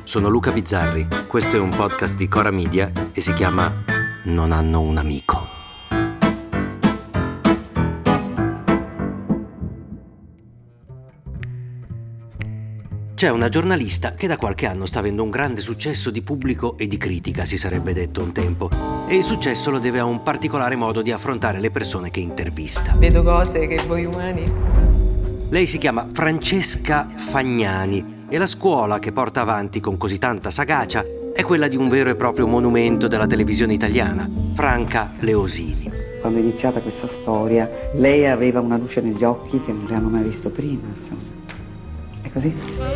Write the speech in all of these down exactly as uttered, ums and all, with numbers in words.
sono Luca Bizzarri, questo è un podcast di Cora Media e si chiama Non hanno un amico. C'è una giornalista che da qualche anno sta avendo un grande successo di pubblico e di critica, si sarebbe detto un tempo, e il successo lo deve a un particolare modo di affrontare le persone che intervista. Vedo cose che voi umani... Lei si chiama Francesca Fagnani e la scuola che porta avanti con così tanta sagacia è quella di un vero e proprio monumento della televisione italiana, Franca Leosini. Quando è iniziata questa storia, lei aveva una luce negli occhi che non le hanno mai visto prima, insomma. È così?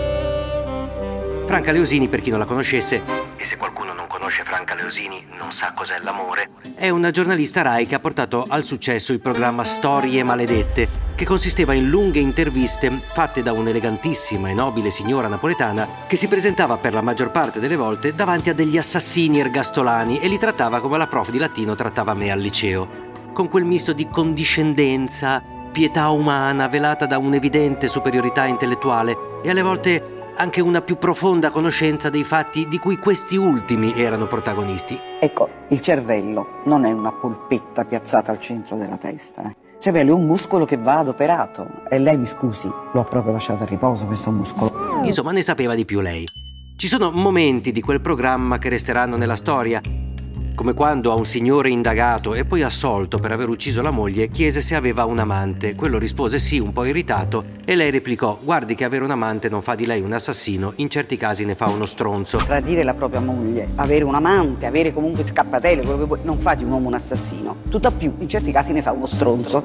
Franca Leosini, per chi non la conoscesse, e se qualcuno non conosce Franca Leosini non sa cos'è l'amore, è una giornalista Rai che ha portato al successo il programma Storie maledette, che consisteva in lunghe interviste fatte da un'elegantissima e nobile signora napoletana che si presentava per la maggior parte delle volte davanti a degli assassini ergastolani e li trattava come la prof di latino trattava me al liceo, con quel misto di condiscendenza, pietà umana velata da un'evidente superiorità intellettuale e alle volte anche una più profonda conoscenza dei fatti di cui questi ultimi erano protagonisti. Ecco, il cervello non è una polpetta piazzata al centro della testa. Eh. Il cervello è un muscolo che va adoperato. E lei, mi scusi, lo ha proprio lasciato a riposo questo muscolo. Insomma, ne sapeva di più lei. Ci sono momenti di quel programma che resteranno nella storia, come quando a un signore indagato e poi assolto per aver ucciso la moglie chiese se aveva un amante. Quello rispose sì, un po' irritato, e lei replicò: guardi che avere un amante non fa di lei un assassino, in certi casi ne fa uno stronzo. Tradire la propria moglie, avere un amante, avere comunque scappatelle, quello che vuoi, non fa di un uomo un assassino. Tutt'al più, in certi casi ne fa uno stronzo.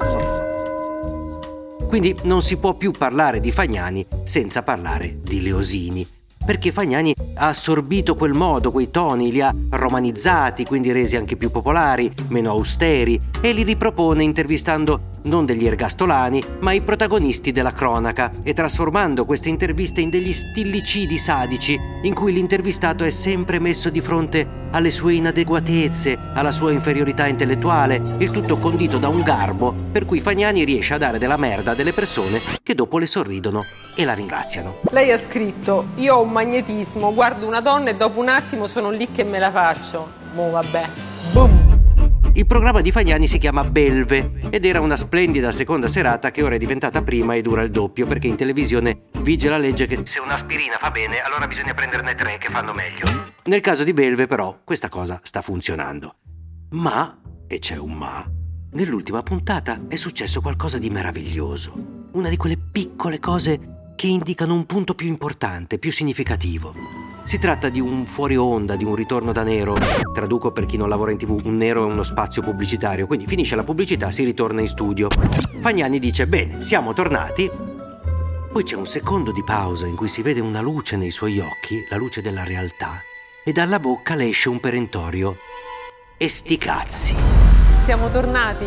Quindi non si può più parlare di Fagnani senza parlare di Leosini, perché Fagnani ha assorbito quel modo, quei toni, li ha romanizzati, quindi resi anche più popolari, meno austeri, e li ripropone intervistando non degli ergastolani, ma i protagonisti della cronaca, e trasformando queste interviste in degli stillicidi sadici in cui l'intervistato è sempre messo di fronte alle sue inadeguatezze, alla sua inferiorità intellettuale, il tutto condito da un garbo per cui Fagnani riesce a dare della merda a delle persone che dopo le sorridono e la ringraziano. Lei ha scritto: io ho un magnetismo, guardo una donna e dopo un attimo sono lì che me la faccio. Boh, vabbè. Boom. Il programma di Fagnani si chiama Belve ed era una splendida seconda serata che ora è diventata prima e dura il doppio, perché in televisione vige la legge che se un'aspirina fa bene allora bisogna prenderne tre che fanno meglio. Nel caso di Belve però questa cosa sta funzionando. Ma, e c'è un ma, nell'ultima puntata è successo qualcosa di meraviglioso. Una di quelle piccole cose che indicano un punto più importante, più significativo. Si tratta di un fuori onda, di un ritorno da nero. Traduco per chi non lavora in tivù: un nero è uno spazio pubblicitario, quindi finisce la pubblicità, si ritorna in studio. Fagnani dice: bene, siamo tornati. Poi c'è un secondo di pausa in cui si vede una luce nei suoi occhi, la luce della realtà, e dalla bocca le esce un perentorio: e sti cazzi. Siamo tornati.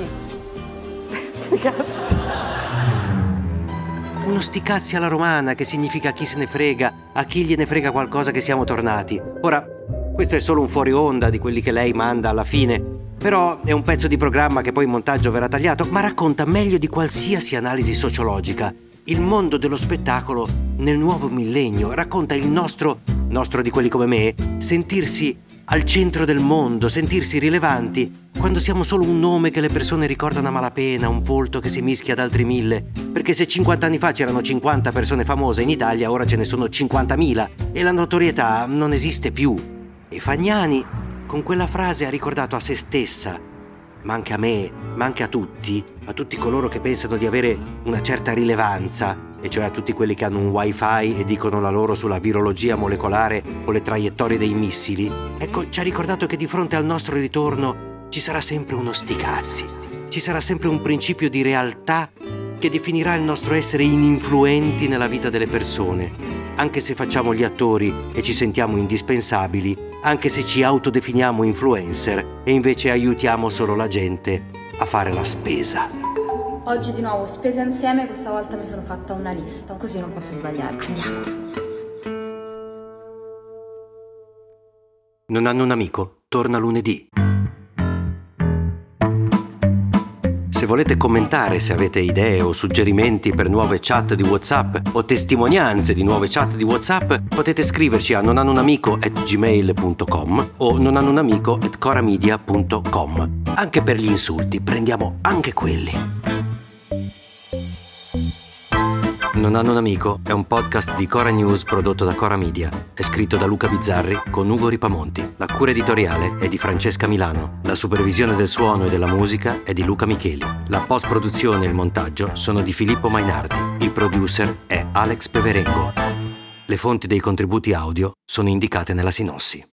Sti cazzi. Uno sti cazzi alla romana, che significa chi se ne frega, a chi gliene frega qualcosa che siamo tornati. Ora, questo è solo un fuori onda di quelli che lei manda alla fine, però è un pezzo di programma che poi in montaggio verrà tagliato, ma racconta meglio di qualsiasi analisi sociologica il mondo dello spettacolo nel nuovo millennio. Racconta il nostro, nostro di quelli come me, sentirsi al centro del mondo, sentirsi rilevanti, quando siamo solo un nome che le persone ricordano a malapena, un volto che si mischia ad altri mille. Perché se cinquanta anni fa c'erano cinquanta persone famose in Italia, ora ce ne sono cinquantamila e la notorietà non esiste più. E Fagnani, con quella frase, ha ricordato a se stessa, ma anche a me, ma anche a tutti, a tutti coloro che pensano di avere una certa rilevanza, e cioè a tutti quelli che hanno un wifi e dicono la loro sulla virologia molecolare o le traiettorie dei missili. Ecco, ci ha ricordato che di fronte al nostro ritorno ci sarà sempre uno sti cazzi, ci sarà sempre un principio di realtà che definirà il nostro essere ininfluenti nella vita delle persone, anche se facciamo gli attori e ci sentiamo indispensabili, anche se ci autodefiniamo influencer e invece aiutiamo solo la gente a fare la spesa. Oggi di nuovo spesa insieme, questa volta mi sono fatta una lista, così non posso sbagliare. Andiamo. Non hanno un amico? Torna lunedì. Se volete commentare, se avete idee o suggerimenti per nuove chat di WhatsApp o testimonianze di nuove chat di WhatsApp, potete scriverci a nonhannounamico at gmail punto com o nonhannounamico at coramedia punto com. Anche per gli insulti, prendiamo anche quelli. Non hanno un amico è un podcast di Cora News prodotto da Cora Media. È scritto da Luca Bizzarri con Ugo Ripamonti. La cura editoriale è di Francesca Milano. La supervisione del suono e della musica è di Luca Micheli. La post-produzione e il montaggio sono di Filippo Mainardi. Il producer è Alex Peverengo. Le fonti dei contributi audio sono indicate nella sinossi.